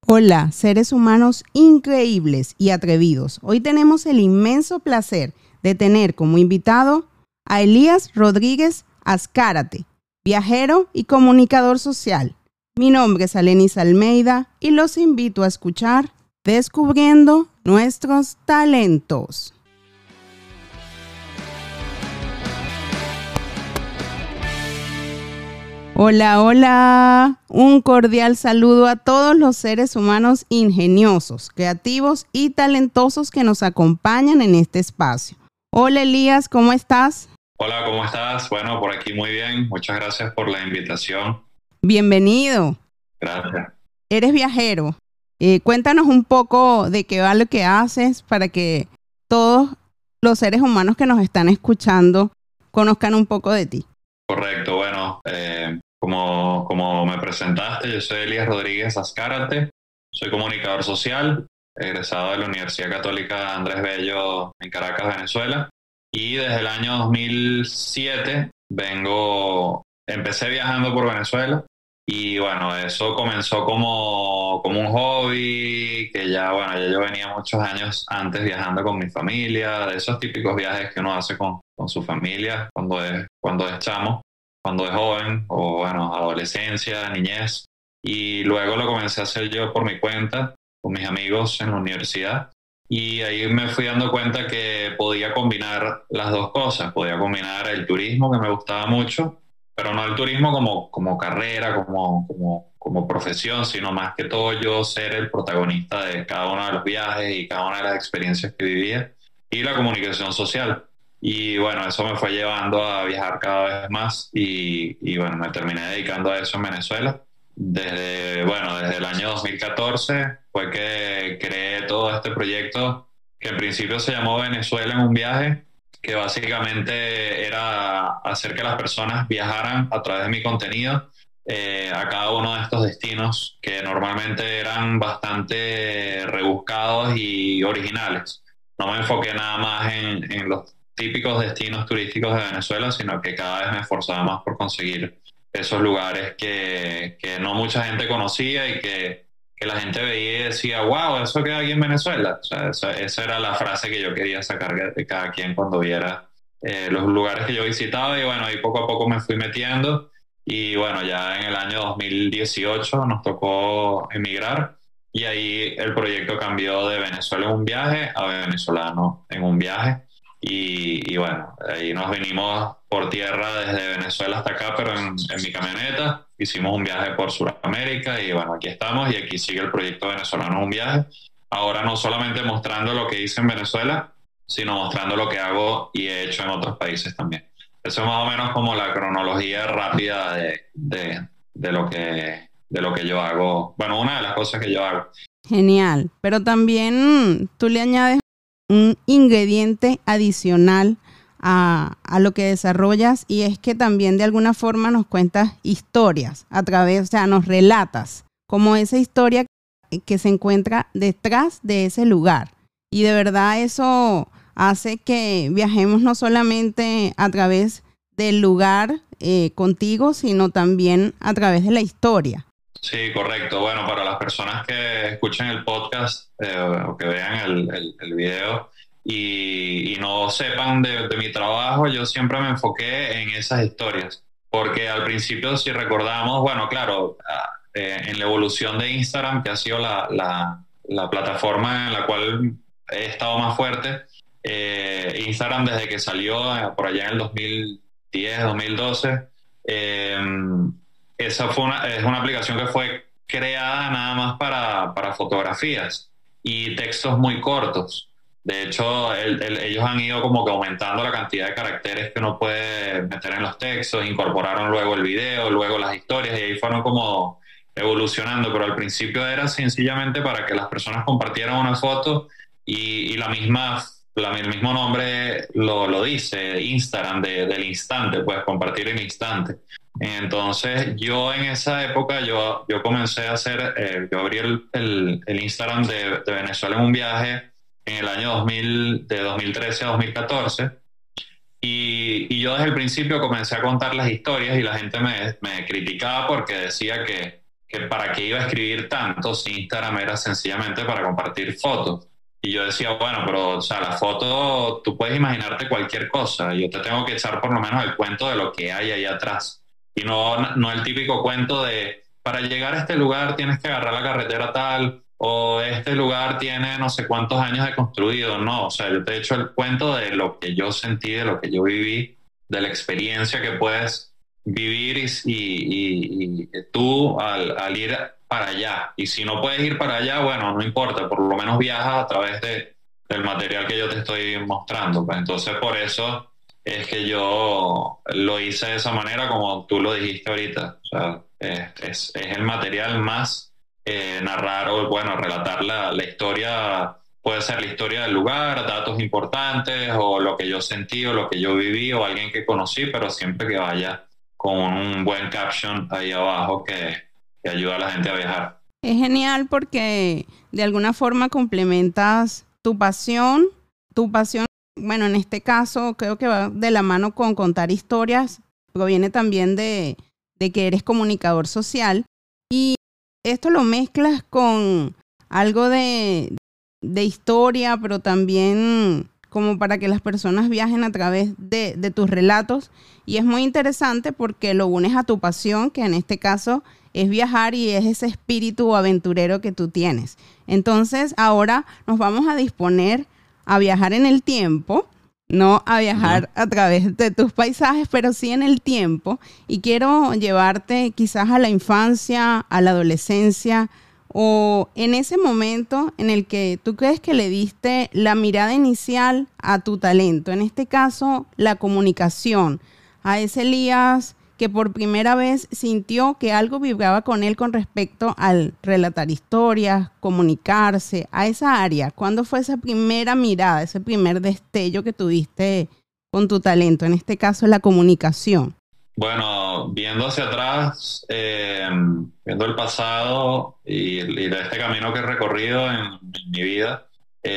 Hola, seres humanos increíbles y atrevidos. Hoy tenemos el inmenso placer de tener como invitado a Elías Rodríguez Azcárate, viajero y comunicador social. Mi nombre es Alenis Almeida y los invito a escuchar Descubriendo Nuestros Talentos. Hola, hola. Un cordial saludo a todos los seres humanos ingeniosos, creativos y talentosos que nos acompañan en este espacio. Hola, Elías, ¿cómo estás? Hola, ¿cómo estás? Bueno, por aquí muy bien. Muchas gracias por la invitación. Bienvenido. Gracias. Eres viajero. Cuéntanos un poco de qué va lo que haces para que todos los seres humanos que nos están escuchando conozcan un poco de ti. Correcto. Bueno, como me presentaste, yo soy Elías Rodríguez Azcárate. Soy comunicador social, egresado de la Universidad Católica Andrés Bello en Caracas, Venezuela. Y desde el año 2007 empecé viajando por Venezuela. Y bueno, eso comenzó como un hobby, que ya yo venía muchos años antes viajando con mi familia, de esos típicos viajes que uno hace con su familia cuando es chamo, cuando es joven, o bueno, adolescencia, niñez. Y luego lo comencé a hacer yo por mi cuenta, con mis amigos en la universidad. Y ahí me fui dando cuenta que podía combinar las dos cosas. Podía combinar el turismo, que me gustaba mucho, pero no el turismo como carrera, como profesión, sino más que todo yo ser el protagonista de cada uno de los viajes y cada una de las experiencias que vivía, y la comunicación social. Y bueno, eso me fue llevando a viajar cada vez más y bueno, me terminé dedicando a eso en Venezuela. Desde el año 2014 fue que creé todo este proyecto que en principio se llamó Venezuela en un viaje, que básicamente era hacer que las personas viajaran a través de mi contenido a cada uno de estos destinos que normalmente eran bastante rebuscados y originales. No me enfoqué nada más en los típicos destinos turísticos de Venezuela, sino que cada vez me esforzaba más por conseguir esos lugares que no mucha gente conocía y que la gente veía y decía, wow, eso queda aquí en Venezuela. O sea, esa era la frase que yo quería sacar de cada quien cuando viera los lugares que yo visitaba. Y bueno, ahí poco a poco me fui metiendo. Y bueno, ya en el año 2018 nos tocó emigrar. Y ahí el proyecto cambió de Venezuela en un viaje a venezolano en un viaje. Y bueno, ahí nos vinimos por tierra desde Venezuela hasta acá, pero en mi camioneta. Hicimos un viaje por Sudamérica y bueno, aquí estamos y aquí sigue el proyecto venezolano un viaje. Ahora no solamente mostrando lo que hice en Venezuela, sino mostrando lo que hago y he hecho en otros países también. Eso es más o menos como la cronología rápida de lo que yo hago. Bueno, una de las cosas que yo hago. Genial, pero también tú le añades un ingrediente adicional a lo que desarrollas, y es que también de alguna forma nos cuentas historias a través, o sea, nos relatas como esa historia que se encuentra detrás de ese lugar. Y de verdad eso hace que viajemos no solamente a través del lugar contigo, sino también a través de la historia. Sí, correcto. Bueno, para las personas que escuchen el podcast o que vean el video y no sepan de mi trabajo, yo siempre me enfoqué en esas historias. Porque al principio, si recordamos, bueno, claro, en la evolución de Instagram, que ha sido la plataforma en la cual he estado más fuerte, Instagram desde que salió por allá en el 2010, 2012, esa es una aplicación que fue creada nada más para fotografías y textos muy cortos. De hecho, ellos han ido como que aumentando la cantidad de caracteres que uno puede meter en los textos, incorporaron luego el video, luego las historias, y ahí fueron como evolucionando, pero al principio era sencillamente para que las personas compartieran una foto y el mismo nombre lo dice, Instagram, del instante, pues compartir el instante. Entonces yo en esa época yo comencé a hacer, yo abrí el Instagram de Venezuela en un viaje en el año 2000, de 2013 a 2014, y yo desde el principio comencé a contar las historias y la gente me criticaba porque decía que para qué iba a escribir tanto si Instagram era sencillamente para compartir fotos. Y yo decía, bueno, pero o sea, la foto, tú puedes imaginarte cualquier cosa, yo te tengo que echar por lo menos el cuento de lo que hay ahí atrás. Y no el típico cuento de, para llegar a este lugar tienes que agarrar la carretera tal, o este lugar tiene no sé cuántos años de construido. No, o sea, yo te he hecho el cuento de lo que yo sentí, de lo que yo viví, de la experiencia que puedes vivir y tú al ir para allá. Y si no puedes ir para allá, bueno, no importa, por lo menos viajas a través del material que yo te estoy mostrando. Pues entonces por eso es que yo lo hice de esa manera como tú lo dijiste ahorita. O sea, es el material más narrar o, bueno, relatar la historia. Puede ser la historia del lugar, datos importantes o lo que yo sentí o lo que yo viví o alguien que conocí, pero siempre que vaya con un buen caption ahí abajo que ayuda a la gente a viajar. Es genial porque de alguna forma complementas tu pasión, bueno, en este caso creo que va de la mano con contar historias, proviene también de que eres comunicador social y esto lo mezclas con algo de historia, pero también como para que las personas viajen a través de tus relatos. Y es muy interesante porque lo unes a tu pasión, que en este caso es viajar y es ese espíritu aventurero que tú tienes. Entonces, ahora nos vamos a disponer a viajar en el tiempo, no a viajar a través de tus paisajes, pero sí en el tiempo. Y quiero llevarte quizás a la infancia, a la adolescencia, o en ese momento en el que tú crees que le diste la mirada inicial a tu talento, en este caso la comunicación, a ese Elías que por primera vez sintió que algo vibraba con él con respecto al relatar historias, comunicarse, a esa área. ¿Cuándo fue esa primera mirada, ese primer destello que tuviste con tu talento, en este caso la comunicación? Bueno, viendo hacia atrás, viendo el pasado y de este camino que he recorrido en mi vida,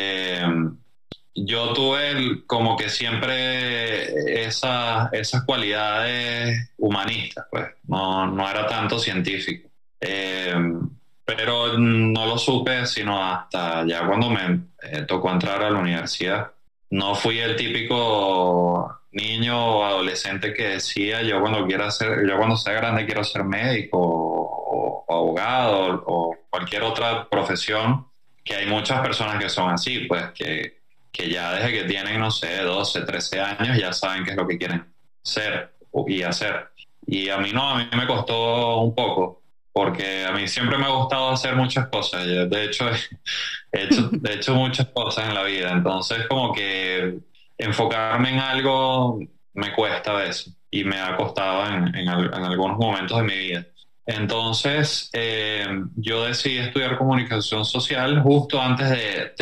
yo tuve como que siempre esas cualidades humanistas, pues no era tanto científico. Pero no lo supe sino hasta ya cuando me tocó entrar a la universidad. No fui el típico niño o adolescente que decía yo cuando sea grande quiero ser médico o abogado o cualquier otra profesión, que hay muchas personas que son así, pues que ya desde que tienen, no sé, 12, 13 años ya saben qué es lo que quieren ser y hacer. Y a mí no, a mí me costó un poco, porque a mí siempre me ha gustado hacer muchas cosas. Yo, de hecho, he hecho muchas cosas en la vida, entonces como que enfocarme en algo me cuesta a veces y me ha costado en algunos momentos de mi vida. Entonces, yo decidí estudiar comunicación social justo antes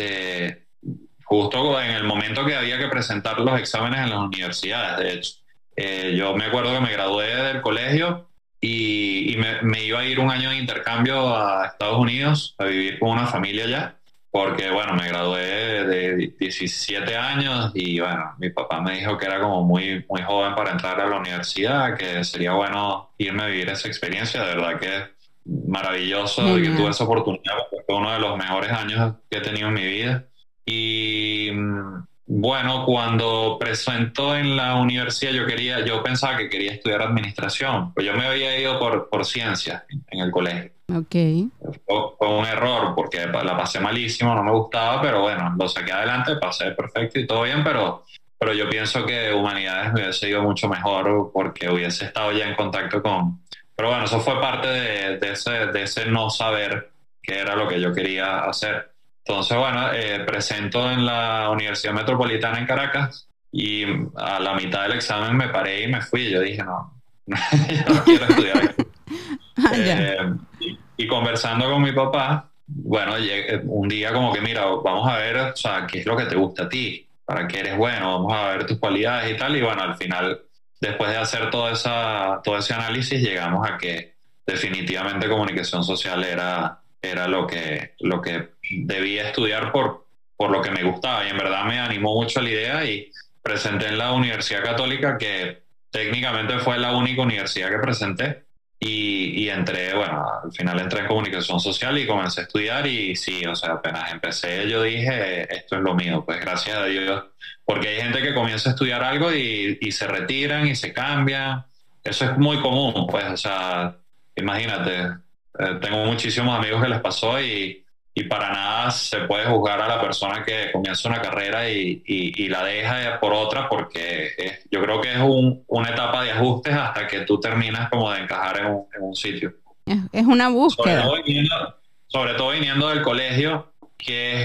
justo en el momento que había que presentar los exámenes en las universidades, de hecho. Yo me acuerdo que me gradué del colegio y me iba a ir un año de intercambio a Estados Unidos a vivir con una familia allá, porque bueno, me gradué de 17 años y bueno, mi papá me dijo que era como muy, muy joven para entrar a la universidad, que sería bueno irme a vivir esa experiencia. De verdad que es maravilloso de que tuve esa oportunidad, porque fue uno de los mejores años que he tenido en mi vida. Y bueno, cuando presentó en la universidad yo pensaba que quería estudiar administración, pues yo me había ido por ciencias en el colegio. Okay. Fue un error porque la pasé malísimo, no me gustaba, pero bueno, lo saqué adelante, pasé perfecto y todo bien, pero yo pienso que humanidades me hubiese ido mucho mejor porque hubiese estado ya en contacto con... Pero bueno, eso fue parte de ese no saber qué era lo que yo quería hacer. Entonces, bueno, presento en la Universidad Metropolitana en Caracas y a la mitad del examen me paré y me fui. Yo dije, no, yo no quiero estudiar aquí. Y conversando con mi papá, bueno, un día como que, mira, vamos a ver, o sea, qué es lo que te gusta a ti, para qué eres bueno, vamos a ver tus cualidades y tal. Y bueno, al final, después de hacer todo ese análisis, llegamos a que definitivamente comunicación social era lo que debía estudiar por lo que me gustaba. Y en verdad me animó mucho la idea y presenté en la Universidad Católica, que técnicamente fue la única universidad que presenté. y entré, bueno, al final entré en comunicación social y comencé a estudiar y sí, o sea, apenas empecé yo dije, esto es lo mío, pues gracias a Dios, porque hay gente que comienza a estudiar algo y se retiran y se cambian, eso es muy común, pues, o sea, imagínate, tengo muchísimos amigos que les pasó y para nada se puede juzgar a la persona que comienza una carrera y la deja por otra porque yo creo que es una etapa de ajustes hasta que tú terminas como de encajar en un sitio. Es una Sobre búsqueda. todo sobre todo viniendo del colegio, que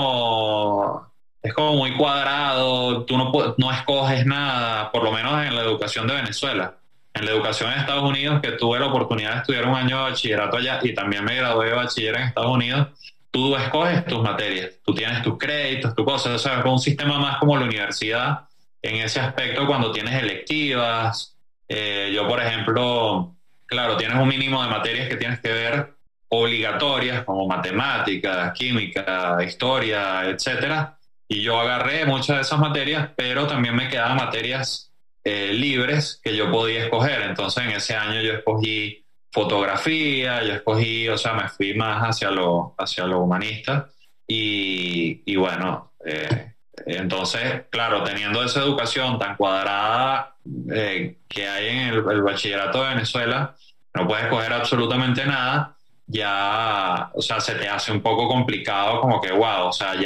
es como muy cuadrado, tú no escoges nada, por lo menos en la educación de Venezuela. En la educación en Estados Unidos, que tuve la oportunidad de estudiar un año de bachillerato allá y también me gradué de bachiller en Estados Unidos, tú escoges tus materias, tú tienes tus créditos, tus cosas, o sea, es un sistema más como la universidad en ese aspecto cuando tienes electivas. Yo, por ejemplo, claro, tienes un mínimo de materias que tienes que ver obligatorias como matemáticas, química, historia, etcétera. Y yo agarré muchas de esas materias, pero también me quedaban materias libres que yo podía escoger. Entonces, en ese año yo escogí fotografía, yo escogí, o sea, me fui más hacia lo humanista. Y bueno, entonces, claro, teniendo esa educación tan cuadrada que hay en el bachillerato de Venezuela, no puedes escoger absolutamente nada, ya, o sea, se te hace un poco complicado como que, wow, o sea,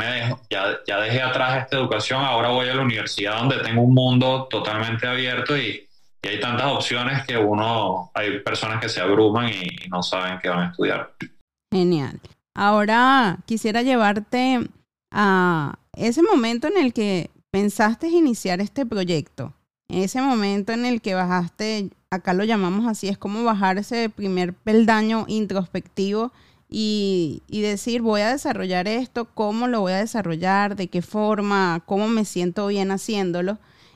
ya dejé atrás esta educación, ahora voy a la universidad donde tengo un mundo totalmente abierto y hay tantas opciones que hay personas que se abruman y no saben qué van a estudiar. Genial. Ahora quisiera llevarte a ese momento en el que pensaste iniciar este proyecto, en ese momento en el que bajaste, acá lo llamamos así, es como bajar ese primer peldaño introspectivo y decir, voy a desarrollar esto, cómo lo voy a desarrollar, de qué forma, cómo me siento bien haciéndolo.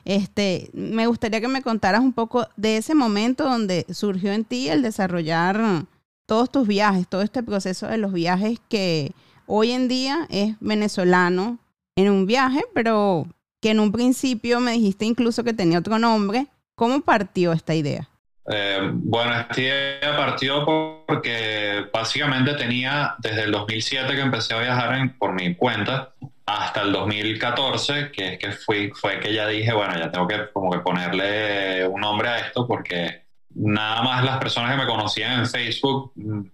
Me gustaría que me contaras un poco de ese momento donde surgió en ti el desarrollar todos tus viajes, todo este proceso de los viajes que hoy en día es venezolano en un viaje, pero que en un principio me dijiste incluso que tenía otro nombre. ¿Cómo partió esta idea? Bueno, esta idea partió porque básicamente tenía desde el 2007 que empecé a viajar por mi cuenta hasta el 2014, que es que fue que ya dije, bueno, ya tengo que como que ponerle un nombre a esto porque nada más las personas que me conocían en Facebook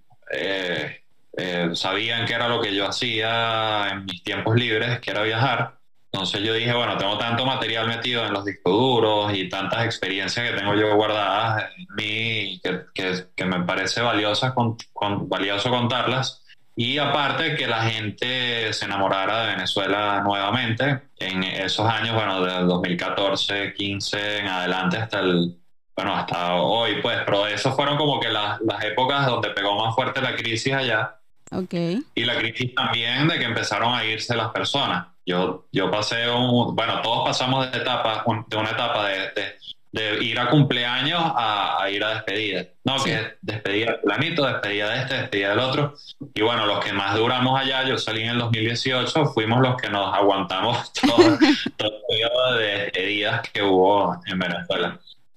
sabían que era lo que yo hacía en mis tiempos libres, que era viajar. Entonces yo dije, bueno, tengo tanto material metido en los discos duros y tantas experiencias que tengo yo guardadas en mí que me parece valioso contarlas. Y aparte que la gente se enamorara de Venezuela nuevamente en esos años, bueno, del 2014, 15 en adelante hasta hoy, pues, pero eso fueron como que las épocas donde pegó más fuerte la crisis allá. Okay. Y la crisis también de que empezaron a irse las personas. Yo pasé bueno, todos pasamos de una etapa de ir a cumpleaños a ir a despedida. No, Sí. que despedida de planito, despedida de despedida del otro. Y bueno, los que más duramos allá, yo salí en el 2018, fuimos los que nos aguantamos todo el periodo de despedidas que hubo en Venezuela.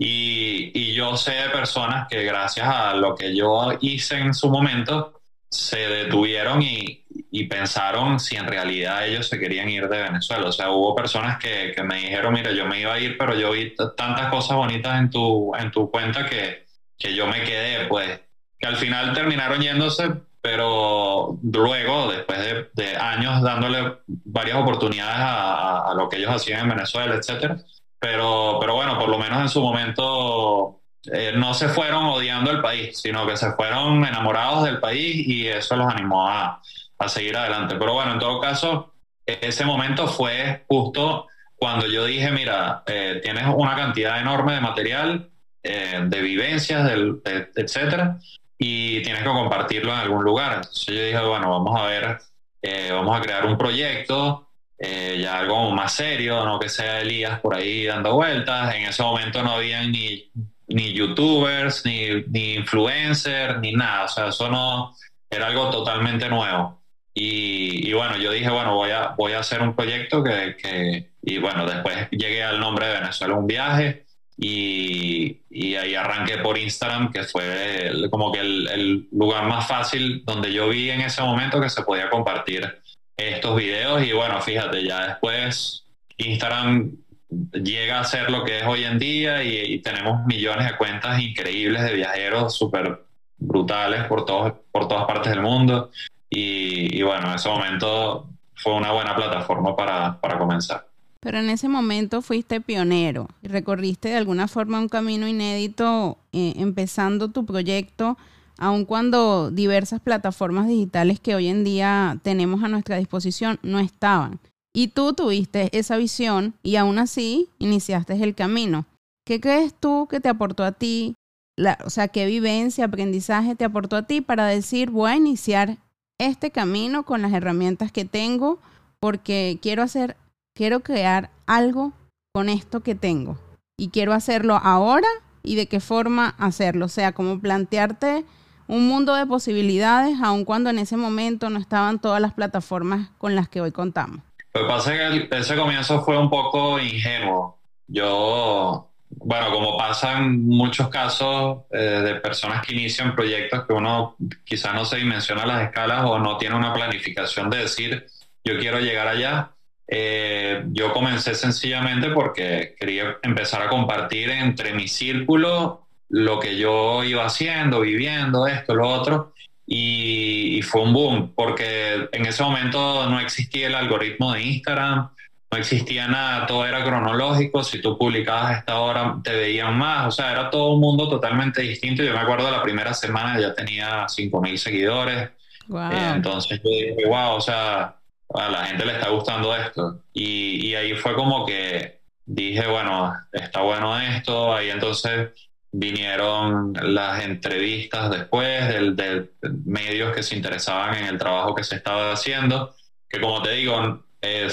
Y yo sé de personas que gracias a lo que yo hice en su momento, se detuvieron y pensaron si en realidad ellos se querían ir de Venezuela. O sea, hubo personas que me dijeron, mira, yo me iba a ir, pero yo vi tantas cosas bonitas en tu cuenta que yo me quedé, pues, que al final terminaron yéndose, pero luego, después de años dándole varias oportunidades a lo que ellos hacían en Venezuela, etcétera. Pero bueno, por lo menos en su momento no se fueron odiando el país, sino que se fueron enamorados del país y eso los animó a seguir adelante. Pero bueno, en todo caso, ese momento fue justo cuando yo dije, mira, tienes una cantidad enorme de material, de vivencias, etcétera, y tienes que compartirlo en algún lugar. Entonces yo dije, bueno, vamos a ver, vamos a crear un proyecto. Ya algo más serio, no que sea Elías por ahí dando vueltas. En ese momento no había ni youtubers, ni influencers, ni nada. O sea, eso no era algo totalmente nuevo. Y bueno, yo dije, bueno, voy a hacer un proyecto y bueno, después llegué al nombre de Venezuela Un Viaje. y ahí arranqué por Instagram, que fue como que el lugar más fácil donde yo vi en ese momento que se podía compartir estos videos. Y bueno, fíjate, ya después Instagram llega a ser lo que es hoy en día y tenemos millones de cuentas increíbles de viajeros súper brutales por todas partes del mundo. Y bueno, en ese momento fue una buena plataforma para comenzar. Pero en ese momento fuiste pionero y recorriste de alguna forma un camino inédito empezando tu proyecto, aun cuando diversas plataformas digitales que hoy en día tenemos a nuestra disposición no estaban. Y tú tuviste esa visión y aún así iniciaste el camino. ¿Qué crees tú que te aportó a ti? O sea, ¿qué vivencia, aprendizaje te aportó a ti para decir, voy a iniciar este camino con las herramientas que tengo porque quiero crear algo con esto que tengo y quiero hacerlo ahora y de qué forma hacerlo? O sea, como plantearte un mundo de posibilidades, aun cuando en ese momento no estaban todas las plataformas con las que hoy contamos. Lo que pasa es que ese comienzo fue un poco ingenuo. Yo, bueno, como pasa en muchos casos de personas que inician proyectos que uno quizás no se dimensiona las escalas o no tiene una planificación de decir, yo quiero llegar allá. Yo comencé sencillamente porque quería empezar a compartir entre mi círculo lo que yo iba haciendo, viviendo, esto, lo otro, y fue un boom, porque en ese momento no existía el algoritmo de Instagram, no existía nada, todo era cronológico, si tú publicabas a esta hora te veían más, o sea, era todo un mundo totalmente distinto. Yo me acuerdo la primera semana ya tenía 5.000 seguidores. Wow. Entonces yo dije, wow, o sea, a la gente le está gustando esto. Y ahí fue como que dije, bueno, está bueno esto. Ahí entonces vinieron las entrevistas después de medios que se interesaban en el trabajo que se estaba haciendo, que como te digo,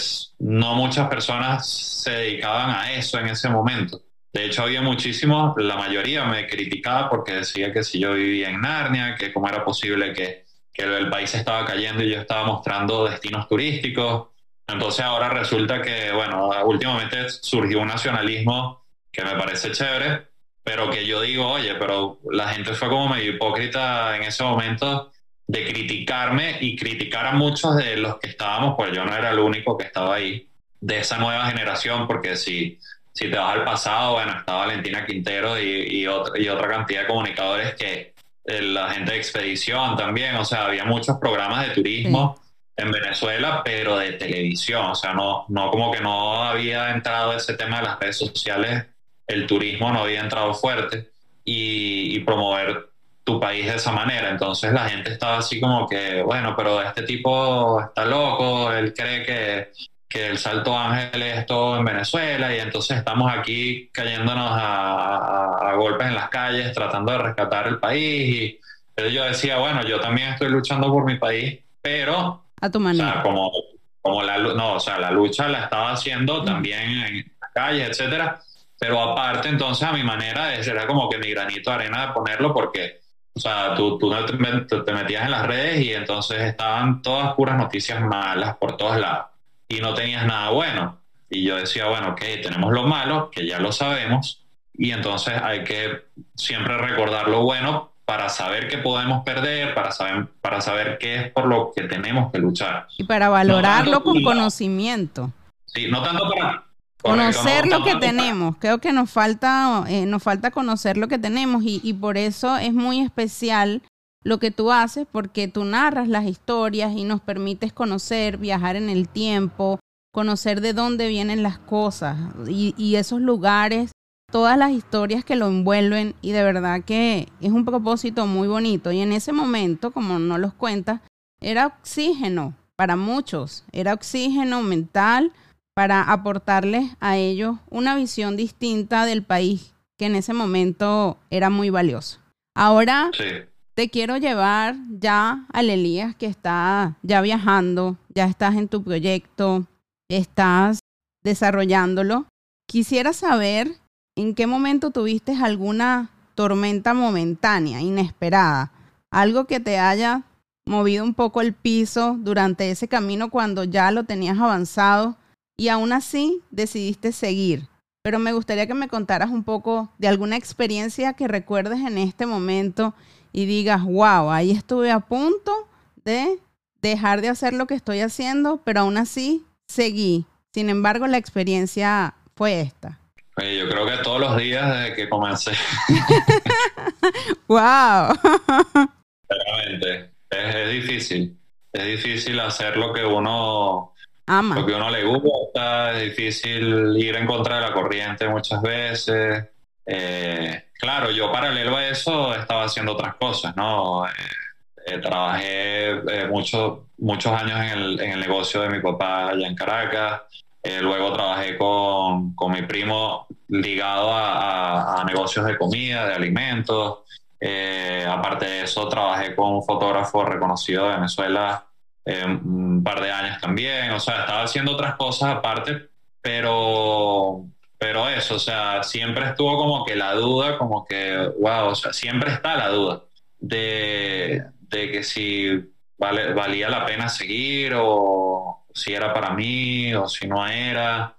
no muchas personas se dedicaban a eso en ese momento. De hecho, había muchísimos, la mayoría me criticaba porque decía que si yo vivía en Narnia, que cómo era posible que el país estaba cayendo y yo estaba mostrando destinos turísticos. Entonces ahora resulta que, bueno, últimamente surgió un nacionalismo que me parece chévere, pero que yo digo, oye, pero la gente fue como medio hipócrita en ese momento de criticarme y criticar a muchos de los que estábamos, pues yo no era el único que estaba ahí, de esa nueva generación, porque si te vas al pasado, bueno, está Valentina Quintero y otra cantidad de comunicadores que la gente de Expedición también, o sea, había muchos programas de turismo en Venezuela, pero de televisión, o sea, no como que no había entrado ese tema de las redes sociales, el turismo no había entrado fuerte y promover tu país de esa manera. Entonces la gente estaba así como que, bueno, pero este tipo está loco, él cree que el Salto Ángel es todo en Venezuela y entonces estamos aquí cayéndonos a golpes en las calles tratando de rescatar el país. Y yo decía, bueno, yo también estoy luchando por mi país, pero a tu manera. O sea, la lucha la estaba haciendo también en las calles, etcétera, pero aparte entonces a mi manera era como que mi granito de arena de ponerlo, porque o sea, tú te metías en las redes y entonces estaban todas puras noticias malas por todos lados y no tenías nada bueno. Y yo decía, bueno, ok, tenemos lo malo, que ya lo sabemos, y entonces hay que siempre recordar lo bueno para saber qué podemos perder, para saber qué es por lo que tenemos que luchar. Y para valorarlo con conocimiento. Sí, no tanto para conocer lo que tenemos. Creo que nos falta conocer lo que tenemos y por eso es muy especial lo que tú haces, porque tú narras las historias y nos permites conocer, viajar en el tiempo, conocer de dónde vienen las cosas y esos lugares, todas las historias que lo envuelven, y de verdad que es un propósito muy bonito. Y en ese momento, como no los cuentas, era oxígeno para muchos, era oxígeno mental para aportarles a ellos una visión distinta del país, que en ese momento era muy valioso. Ahora te quiero llevar ya al Elías que está ya viajando, ya estás en tu proyecto, estás desarrollándolo. Quisiera saber en qué momento tuviste alguna tormenta momentánea, inesperada, algo que te haya movido un poco el piso durante ese camino cuando ya lo tenías avanzado y aún así decidiste seguir. pero me gustaría que me contaras un poco de alguna experiencia que recuerdes en este momento y digas, wow, ahí estuve a punto de dejar de hacer lo que estoy haciendo, pero aún así seguí. Sin embargo, la experiencia fue esta. Oye, yo creo que todos los días desde que comencé, ¡Wow! realmente, es difícil hacer lo que uno Ama. le gusta, es difícil ir en contra de la corriente muchas veces. Claro, yo paralelo a eso estaba haciendo otras cosas, ¿no? Trabajé muchos años en el negocio de mi papá allá en Caracas. Luego trabajé con mi primo ligado a negocios de comida, de alimentos. Aparte de eso, trabajé con un fotógrafo reconocido de Venezuela un par de años también. O sea, estaba haciendo otras cosas aparte, pero eso, o sea, siempre estuvo como que la duda, como que, wow, o sea, siempre está la duda de que si valía la pena seguir o si era para mí o si no era.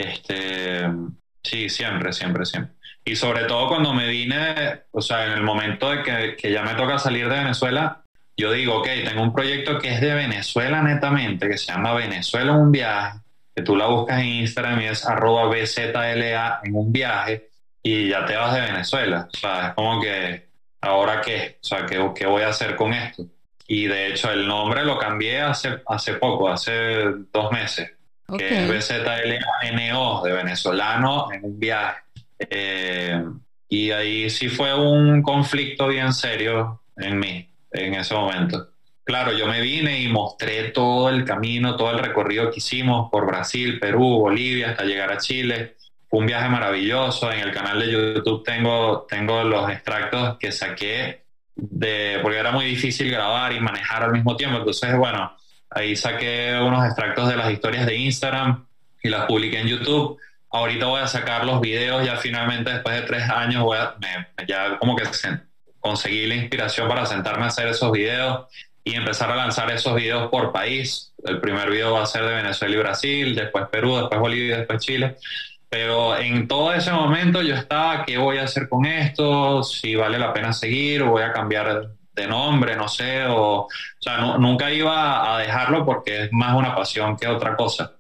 Sí, siempre. Y sobre todo cuando me vine, o sea, en el momento de que ya me toca salir de Venezuela, yo digo, ok, tengo un proyecto que es de Venezuela netamente, que se llama Venezuela en un viaje, que tú la buscas en Instagram y es @BZLA en un viaje y ya te vas de Venezuela. O sea, es como que, ¿ahora qué? O sea, ¿qué voy a hacer con esto? Y de hecho el nombre lo cambié hace poco, hace 2 meses, que es BZLANO, de venezolano en un viaje. Eh, y ahí sí fue un conflicto bien serio en mí, en ese momento. Claro, yo me vine y mostré todo el camino, todo el recorrido que hicimos por Brasil, Perú, Bolivia, hasta llegar a Chile. Fue un viaje maravilloso. En el canal de YouTube tengo los extractos que saqué porque era muy difícil grabar y manejar al mismo tiempo. Entonces, bueno, ahí saqué unos extractos de las historias de Instagram y las publiqué en YouTube. Ahorita voy a sacar los videos, ya finalmente después de 3 años ya como que conseguí la inspiración para sentarme a hacer esos videos y empezar a lanzar esos videos por país. El primer video va a ser de Venezuela y Brasil, después Perú, después Bolivia, después Chile. Pero en todo ese momento yo estaba, ¿qué voy a hacer con esto? Si vale la pena seguir o voy a cambiar de nombre, no sé. O sea, nunca iba a dejarlo porque es más una pasión que otra cosa.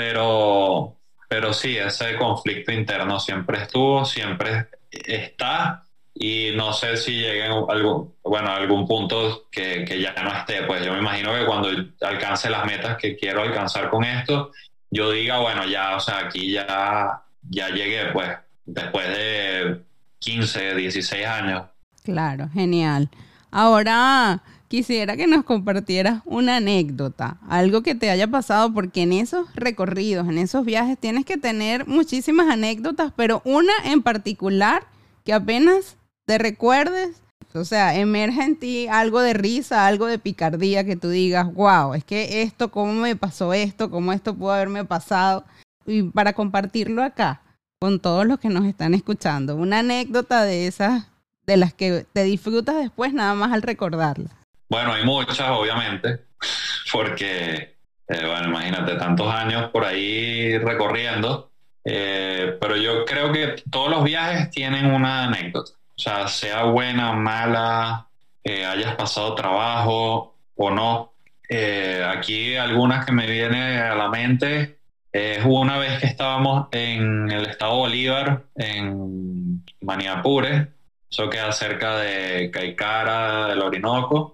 Pero sí, ese conflicto interno siempre estuvo, siempre está, y no sé si llegue a algún punto que ya no esté. Pues yo me imagino que cuando alcance las metas que quiero alcanzar con esto, yo diga, bueno, ya, o sea, aquí ya llegué, pues, después de 15, 16 años. Claro, genial. Ahora quisiera que nos compartieras una anécdota, algo que te haya pasado, porque en esos recorridos, en esos viajes, tienes que tener muchísimas anécdotas, pero una en particular que apenas te recuerdes, o sea, emerge en ti algo de risa, algo de picardía, que tú digas, wow, es que esto, ¿cómo me pasó esto? ¿Cómo esto pudo haberme pasado? Y para compartirlo acá con todos los que nos están escuchando, una anécdota de esas, de las que te disfrutas después nada más al recordarla. Bueno, hay muchas, obviamente, porque, bueno, imagínate, tantos años por ahí recorriendo, pero yo creo que todos los viajes tienen una anécdota. O sea, sea buena, mala, hayas pasado trabajo o no. Aquí algunas que me vienen a la mente es una vez que estábamos en el estado Bolívar, en Maniapure, eso queda cerca de Caicara, del Orinoco.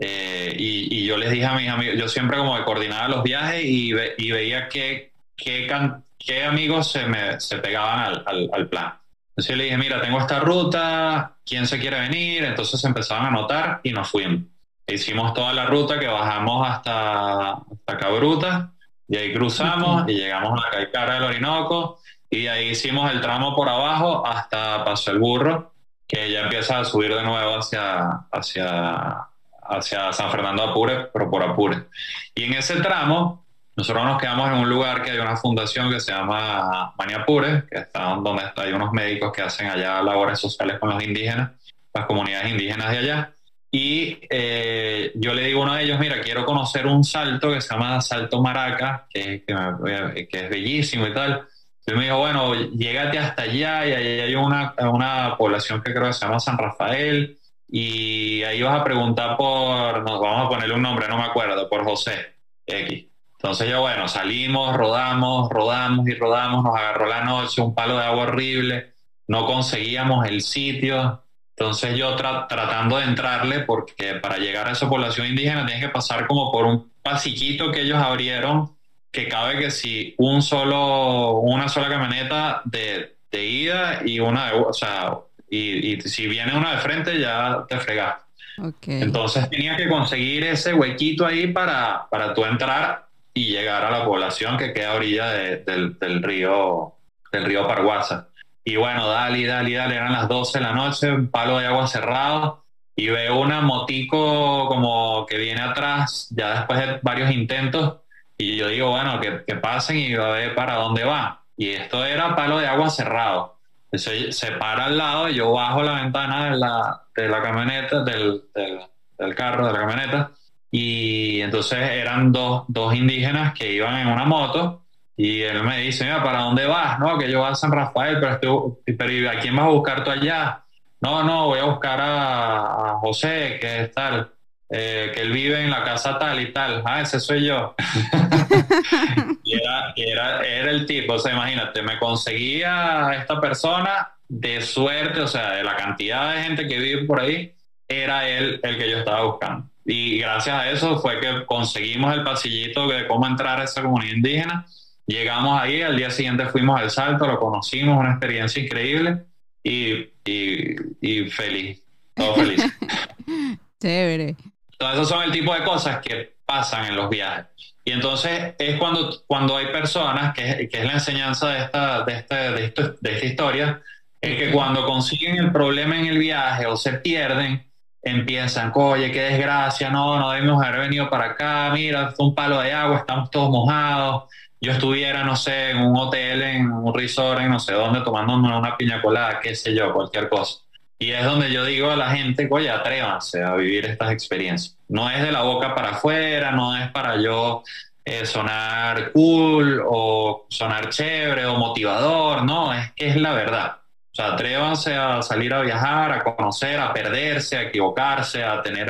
Y yo les dije a mis amigos, yo siempre como que coordinaba los viajes y veía qué amigos se pegaban al plan. Entonces yo le dije, mira, tengo esta ruta, ¿quién se quiere venir? Entonces empezaban a anotar y nos fuimos. Hicimos toda la ruta que bajamos hasta Cabruta, y ahí cruzamos y llegamos a la Caicara del Orinoco, y ahí hicimos el tramo por abajo hasta Paso el Burro, que ya empieza a subir de nuevo hacia San Fernando de Apure, pero por Apure. Y en ese tramo, nosotros nos quedamos en un lugar que hay una fundación que se llama Maniapure, que está donde hay unos médicos que hacen allá labores sociales con los indígenas, las comunidades indígenas de allá. Y yo le digo a uno de ellos, mira, quiero conocer un salto que se llama Salto Maraca, que es bellísimo y tal. Él me dijo, bueno, llégate hasta allá y ahí hay una población que creo que se llama San Rafael y ahí vas a preguntar por, nos vamos a ponerle un nombre, no me acuerdo, por José X. Entonces yo, bueno, salimos, rodamos y rodamos, nos agarró la noche, un palo de agua horrible, no conseguíamos el sitio. Entonces yo tratando de entrarle, porque para llegar a esa población indígena tienes que pasar como por un pasillito que ellos abrieron que cabe que si una sola camioneta de ida y o sea, y si viene una de frente ya te fregaste. Ok. Entonces tenía que conseguir ese huequito ahí para tú entrar y llegar a la población que queda a orilla del río Parguasa. Y bueno, dale, eran las 12 de la noche, un palo de agua cerrado, y veo una motico como que viene atrás, ya después de varios intentos, y yo digo, bueno, que pasen y a ver para dónde va. Y esto era palo de agua cerrado. Se para al lado y yo bajo la ventana de la camioneta, del carro, de la camioneta, y entonces eran dos indígenas que iban en una moto y él me dice, mira, ¿para dónde vas? No, que yo voy a San Rafael, pero ¿y a quién vas a buscar tú allá? No, voy a buscar a José, que es tal, que él vive en la casa tal y tal. Ah, ese soy yo. Era el tipo, o sea, imagínate, me conseguía a esta persona de suerte, o sea, de la cantidad de gente que vive por ahí, era él el que yo estaba buscando. Y gracias a eso fue que conseguimos el pasillito de cómo entrar a esa comunidad indígena. Llegamos ahí, al día siguiente fuimos al Salto, lo conocimos, una experiencia increíble y feliz, todo feliz. Chévere. Entonces, esos son el tipo de cosas que pasan en los viajes. Y entonces es cuando hay personas, que es la enseñanza de esta historia, es que Ok. cuando consiguen el problema en el viaje o se pierden, empiezan, oye, qué desgracia, no debemos haber venido para acá, mira, fue un palo de agua, estamos todos mojados. Yo estuviera, no sé, en un hotel, en un resort, en no sé dónde, tomándome una piña colada, qué sé yo, cualquier cosa. Y es donde yo digo a la gente, oye, atrévanse a vivir estas experiencias. No es de la boca para afuera, no es para yo sonar cool o sonar chévere o motivador, no, es que es la verdad. O sea, atrévanse a salir a viajar, a conocer, a perderse, a equivocarse, a tener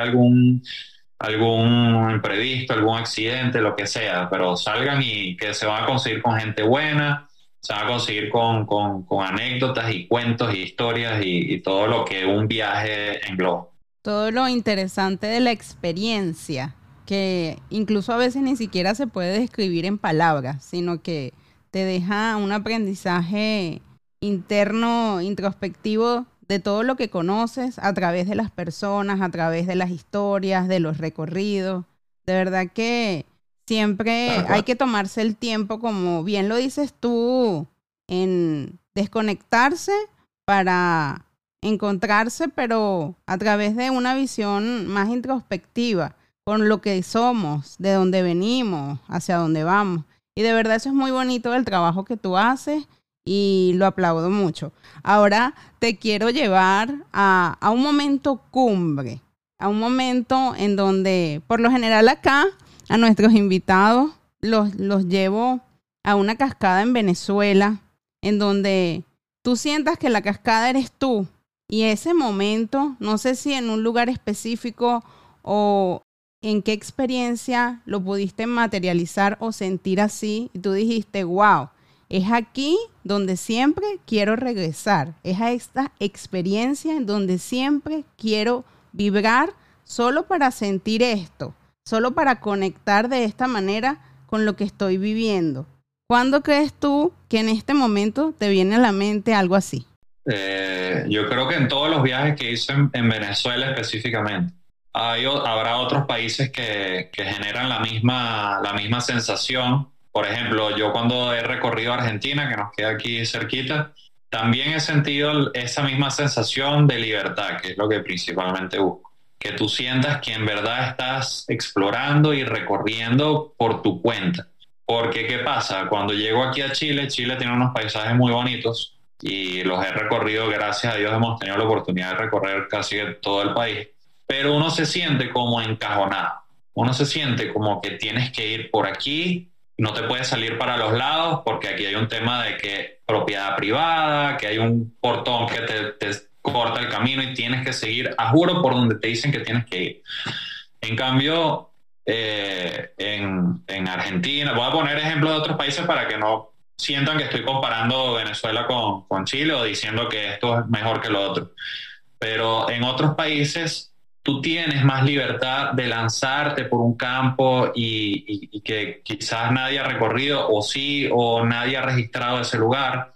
algún imprevisto, algún accidente, lo que sea, pero salgan y que se van a conseguir con gente buena, se van a conseguir con anécdotas y cuentos y historias y todo lo que un viaje engloba. Todo lo interesante de la experiencia, que incluso a veces ni siquiera se puede describir en palabras, sino que te deja un aprendizaje interno, introspectivo de todo lo que conoces a través de las personas, a través de las historias, de los recorridos. De verdad que siempre Tal hay cual. que tomarse el tiempo, como bien lo dices tú, en desconectarse para encontrarse, pero a través de una visión más introspectiva, con lo que somos, de dónde venimos, hacia dónde vamos. Y de verdad eso es muy bonito el trabajo que tú haces y lo aplaudo mucho. Ahora te quiero llevar a un momento cumbre, a un momento en donde, por lo general acá, a nuestros invitados los llevo a una cascada en Venezuela, en donde tú sientas que la cascada eres tú. Y ese momento, no sé si en un lugar específico o en qué experiencia lo pudiste materializar o sentir así, y tú dijiste, wow, es aquí donde siempre quiero regresar, es a esta experiencia en donde siempre quiero vibrar solo para sentir esto, solo para conectar de esta manera con lo que estoy viviendo. ¿Cuándo crees tú que en este momento te viene a la mente algo así? Yo creo que en todos los viajes que hice en Venezuela específicamente, habrá otros países que generan la misma sensación. Por ejemplo, yo cuando he recorrido Argentina, que nos queda aquí cerquita, también he sentido esa misma sensación de libertad, que es lo que principalmente busco. Que tú sientas que en verdad estás explorando y recorriendo por tu cuenta. Porque, ¿qué pasa? Cuando llego aquí a Chile, Chile tiene unos paisajes muy bonitos y los he recorrido, gracias a Dios hemos tenido la oportunidad de recorrer casi todo el país, pero uno se siente como encajonado, uno se siente como que tienes que ir por aquí no te puedes salir para los lados porque aquí hay un tema de que propiedad privada, que hay un portón que te corta el camino y tienes que seguir, a juro, por donde te dicen que tienes que ir. En cambio, en Argentina, voy a poner ejemplos de otros países para que no sientan que estoy comparando Venezuela con Chile o diciendo que esto es mejor que lo otro. Pero en otros países tú tienes más libertad de lanzarte por un campo y que quizás nadie ha recorrido o sí, o nadie ha registrado ese lugar,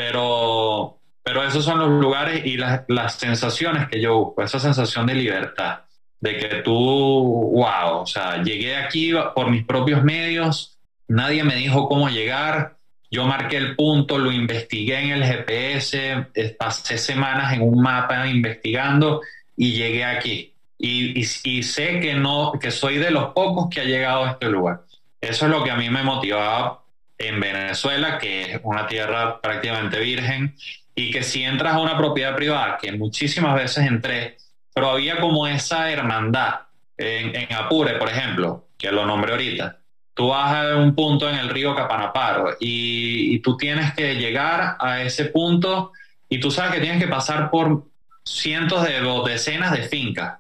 pero esos son los lugares y las sensaciones que yo busco, esa sensación de libertad, de que tú, wow, o sea, llegué aquí por mis propios medios, nadie me dijo cómo llegar, yo marqué el punto, lo investigué en el GPS, pasé semanas en un mapa investigando y llegué aquí. Y sé que no, que soy de los pocos que ha llegado a este lugar. Eso es lo que a mí me motivaba en Venezuela, que es una tierra prácticamente virgen, y que si entras a una propiedad privada, que muchísimas veces entré, pero había como esa hermandad. En Apure, por ejemplo, que lo nombré ahorita, tú vas a un punto en el río Capanaparo y tú tienes que llegar a ese punto y tú sabes que tienes que pasar por cientos o decenas de fincas,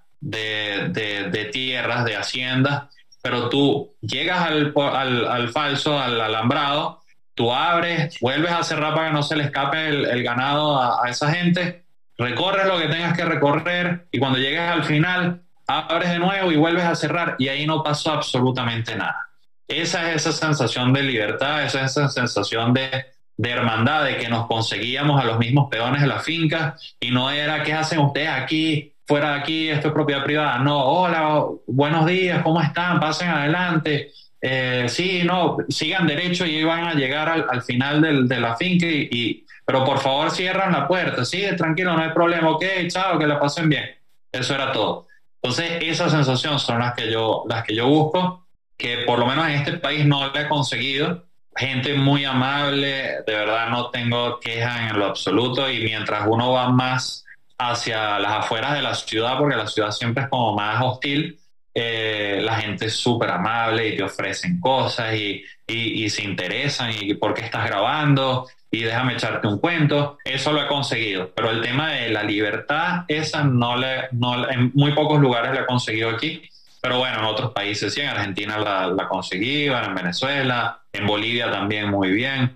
de tierras, de haciendas, pero tú llegas al falso, al alambrado, tú abres, vuelves a cerrar para que no se le escape el ganado a esa gente, recorres lo que tengas que recorrer y cuando llegues al final, abres de nuevo y vuelves a cerrar y ahí no pasó absolutamente nada. Esa es esa sensación de libertad, esa es esa sensación de hermandad, de que nos conseguíamos a los mismos peones de la finca y no era ¿qué hacen ustedes aquí? Fuera de aquí, esto es propiedad privada. No, hola, buenos días, ¿cómo están? Pasen adelante. Sí, no, sigan derecho y van a llegar al final de la finca pero por favor cierran la puerta. Sí, tranquilo, no hay problema. Ok, chao, que la pasen bien. Eso era todo. Entonces, esa sensación son las que yo busco, que por lo menos en este país no la he conseguido. Gente muy amable, de verdad no tengo quejas en lo absoluto y mientras uno va más hacia las afueras de la ciudad, porque la ciudad siempre es como más hostil, la gente es súper amable y te ofrecen cosas y se interesan y por qué estás grabando y déjame echarte un cuento, eso lo he conseguido, pero el tema de la libertad, esa en muy pocos lugares la he conseguido aquí. Pero bueno, en otros países sí, en Argentina la conseguí, bueno, en Venezuela, en Bolivia también muy bien.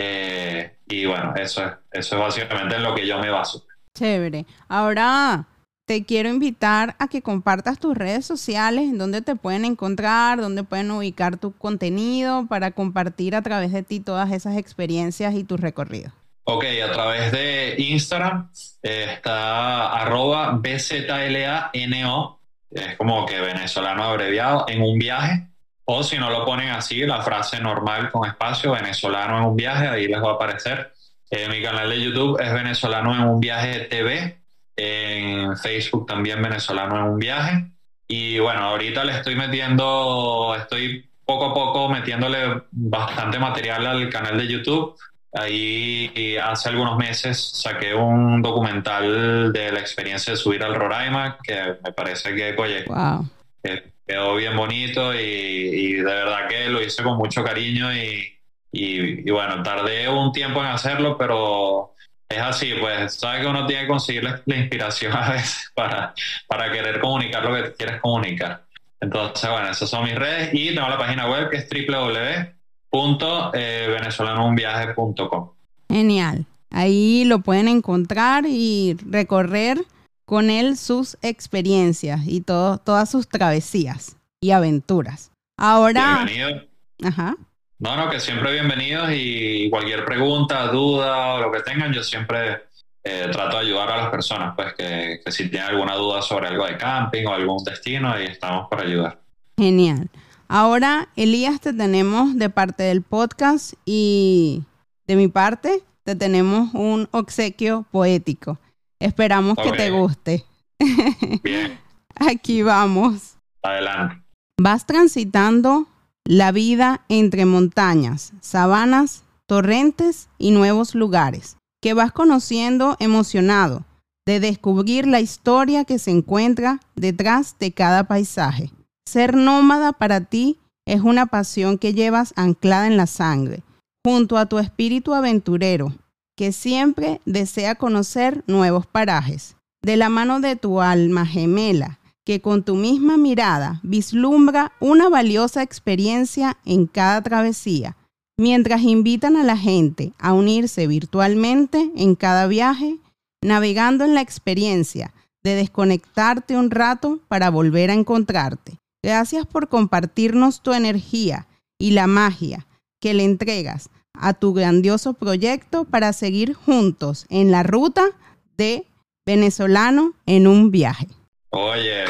Y bueno, eso es básicamente en lo que yo me baso. Chévere. Ahora te quiero invitar a que compartas tus redes sociales, en donde te pueden encontrar, donde pueden ubicar tu contenido para compartir a través de ti todas esas experiencias y tus recorridos. Ok, a través de Instagram está @BZLANO. Es como que venezolano abreviado en un viaje, o si no lo ponen así, la frase normal con espacio, venezolano en un viaje, ahí les va a aparecer. Mi canal de YouTube es venezolano en un viaje TV, en Facebook también venezolano en un viaje, y bueno, ahorita estoy poco a poco metiéndole bastante material al canal de YouTube. Ahí hace algunos meses saqué un documental de la experiencia de subir al Roraima, que me parece que, oye, wow, quedó bien bonito y de verdad que lo hice con mucho cariño y bueno, tardé un tiempo en hacerlo, pero es así, pues sabes que uno tiene que conseguir la inspiración a veces para querer comunicar lo que quieres comunicar. Entonces, bueno, esas son mis redes y tengo la página web que es www.venezolanounviaje.com. genial. Ahí lo pueden encontrar y recorrer con él sus experiencias y todas sus travesías y aventuras. Ahora... Bienvenido. Ajá. No, que siempre bienvenidos y cualquier pregunta, duda o lo que tengan, yo siempre trato de ayudar a las personas, pues que si tienen alguna duda sobre algo de camping o algún destino, ahí estamos para ayudar. Genial. Ahora, Elías, te tenemos de parte del podcast y de mi parte te tenemos un obsequio poético. Esperamos que te guste. Bien. Aquí vamos. Adelante. Vas transitando la vida entre montañas, sabanas, torrentes y nuevos lugares, que vas conociendo emocionado de descubrir la historia que se encuentra detrás de cada paisaje. Ser nómada para ti es una pasión que llevas anclada en la sangre, junto a tu espíritu aventurero, que siempre desea conocer nuevos parajes, de la mano de tu alma gemela, que con tu misma mirada vislumbra una valiosa experiencia en cada travesía, mientras invitan a la gente a unirse virtualmente en cada viaje, navegando en la experiencia de desconectarte un rato para volver a encontrarte. Gracias por compartirnos tu energía y la magia que le entregas a tu grandioso proyecto para seguir juntos en la ruta de Venezolano en un viaje. Oye,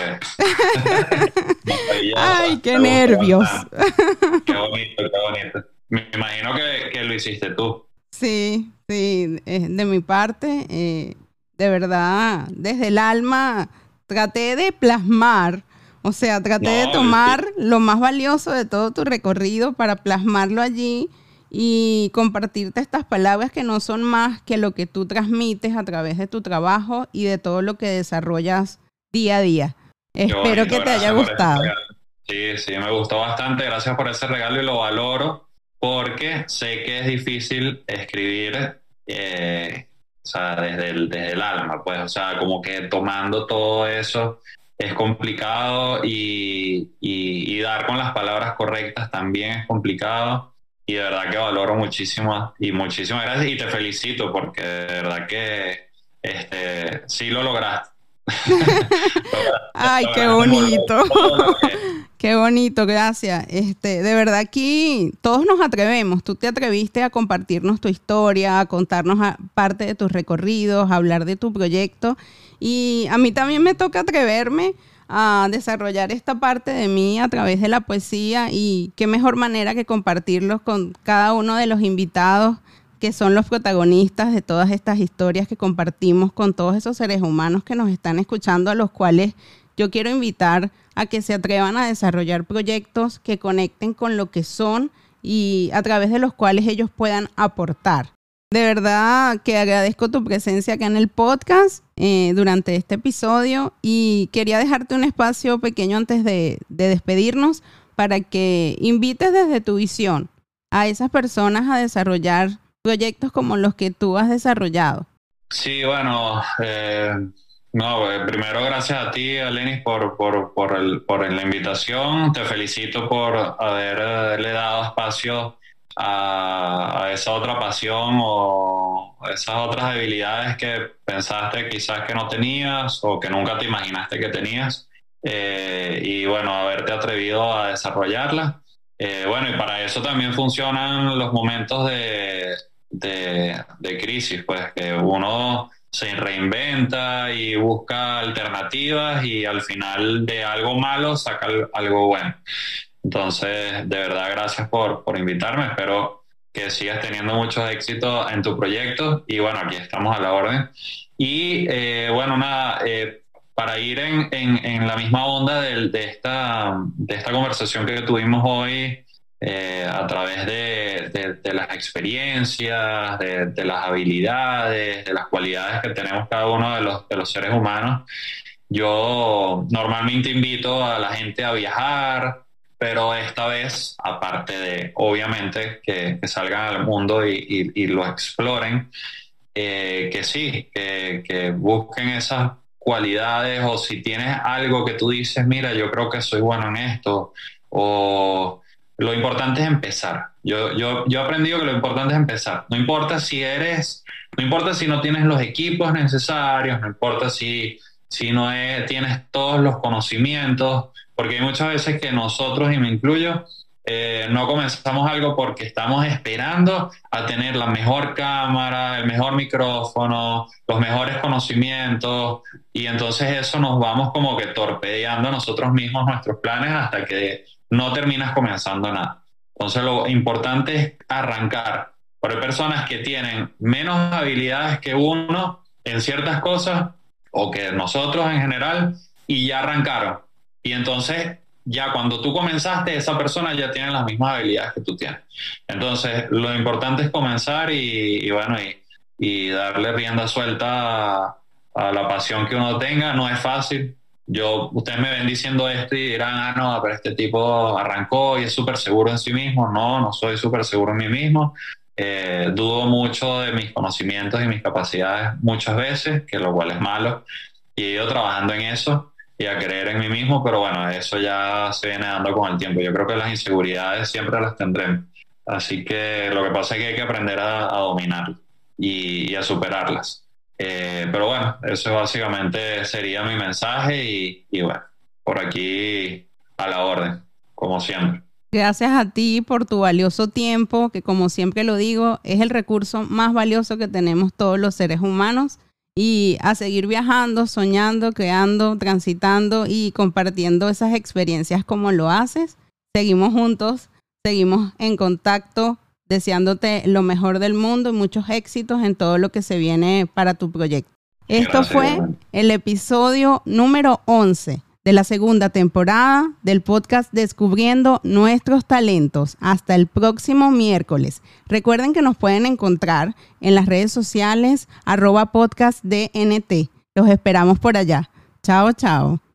ay, qué nervios. Qué bonito, qué bonito. Me imagino que lo hiciste tú. Sí, de mi parte, de verdad, desde el alma traté de plasmar, o sea, traté de tomar lo más valioso de todo tu recorrido para plasmarlo allí y compartirte estas palabras que no son más que lo que tú transmites a través de tu trabajo y de todo lo que desarrollas día a día. Espero que te haya gustado. Sí, me gustó bastante. Gracias por ese regalo y lo valoro porque sé que es difícil escribir, o sea, desde el alma, pues, o sea, como que tomando todo eso es complicado y dar con las palabras correctas también es complicado. Y de verdad que valoro muchísimo y muchísimas gracias y te felicito porque de verdad que sí lo lograste. Ay, qué bonito. Qué bonito, gracias. De verdad aquí todos nos atrevemos. Tú te atreviste a compartirnos tu historia, a contarnos parte de tus recorridos, a hablar de tu proyecto. Y a mí también me toca atreverme a desarrollar esta parte de mí a través de la poesía y qué mejor manera que compartirlos con cada uno de los invitados que son los protagonistas de todas estas historias que compartimos con todos esos seres humanos que nos están escuchando, a los cuales yo quiero invitar a que se atrevan a desarrollar proyectos que conecten con lo que son y a través de los cuales ellos puedan aportar. De verdad que agradezco tu presencia acá en el podcast durante este episodio y quería dejarte un espacio pequeño antes de despedirnos para que invites desde tu visión a esas personas a desarrollar proyectos como los que tú has desarrollado. Sí, bueno, primero gracias a ti, Alenis, por la invitación. Te felicito por haberle dado espacio a esa otra pasión o esas otras habilidades que pensaste quizás que no tenías o que nunca te imaginaste que tenías. Y bueno, haberte atrevido a desarrollarlas. Bueno, y para eso también funcionan los momentos de crisis, pues que uno se reinventa y busca alternativas y al final de algo malo saca algo bueno. Entonces, de verdad, gracias por invitarme. Espero que sigas teniendo muchos éxitos en tu proyecto y bueno, aquí estamos a la orden. Y bueno, nada, para ir en la misma onda de esta conversación que tuvimos hoy, a través de las experiencias, de las habilidades, de las cualidades que tenemos cada uno de los seres humanos. Yo normalmente invito a la gente a viajar, pero esta vez, aparte de, obviamente, que salgan al mundo y lo exploren, que sí, que busquen esas cualidades o si tienes algo que tú dices, mira, yo creo que soy bueno en esto, o lo importante es empezar. Yo he aprendido que lo importante es empezar. No importa si no tienes los equipos necesarios, no importa si no tienes todos los conocimientos, porque hay muchas veces que nosotros, y me incluyo, no comenzamos algo porque estamos esperando a tener la mejor cámara, el mejor micrófono, los mejores conocimientos, y entonces eso nos vamos como que torpedeando nosotros mismos nuestros planes hasta que no terminas comenzando nada. Entonces lo importante es arrancar. Pero hay personas que tienen menos habilidades que uno en ciertas cosas, o que nosotros en general, y ya arrancaron. Y entonces ya cuando tú comenzaste, esa persona ya tiene las mismas habilidades que tú tienes. Entonces lo importante es comenzar y bueno, y darle rienda suelta a la pasión que uno tenga. No es fácil, Ustedes me ven diciendo esto y dirán, no, pero este tipo arrancó y es súper seguro en sí mismo. No soy súper seguro en mí mismo. Dudo mucho de mis conocimientos y mis capacidades muchas veces, que lo cual es malo. Y he ido trabajando en eso y a creer en mí mismo, pero bueno, eso ya se viene dando con el tiempo. Yo creo que las inseguridades siempre las tendremos. Así que lo que pasa es que hay que aprender a dominar y a superarlas. Pero bueno, eso básicamente sería mi mensaje y bueno, por aquí a la orden, como siempre. Gracias a ti por tu valioso tiempo, que como siempre lo digo, es el recurso más valioso que tenemos todos los seres humanos. Y a seguir viajando, soñando, creando, transitando y compartiendo esas experiencias como lo haces. Seguimos juntos, seguimos en contacto, deseándote lo mejor del mundo y muchos éxitos en todo lo que se viene para tu proyecto. Esto fue el episodio número 11 de la segunda temporada del podcast Descubriendo Nuestros Talentos. Hasta el próximo miércoles. Recuerden que nos pueden encontrar en las redes sociales @podcastdnt. Los esperamos por allá. Chao, chao.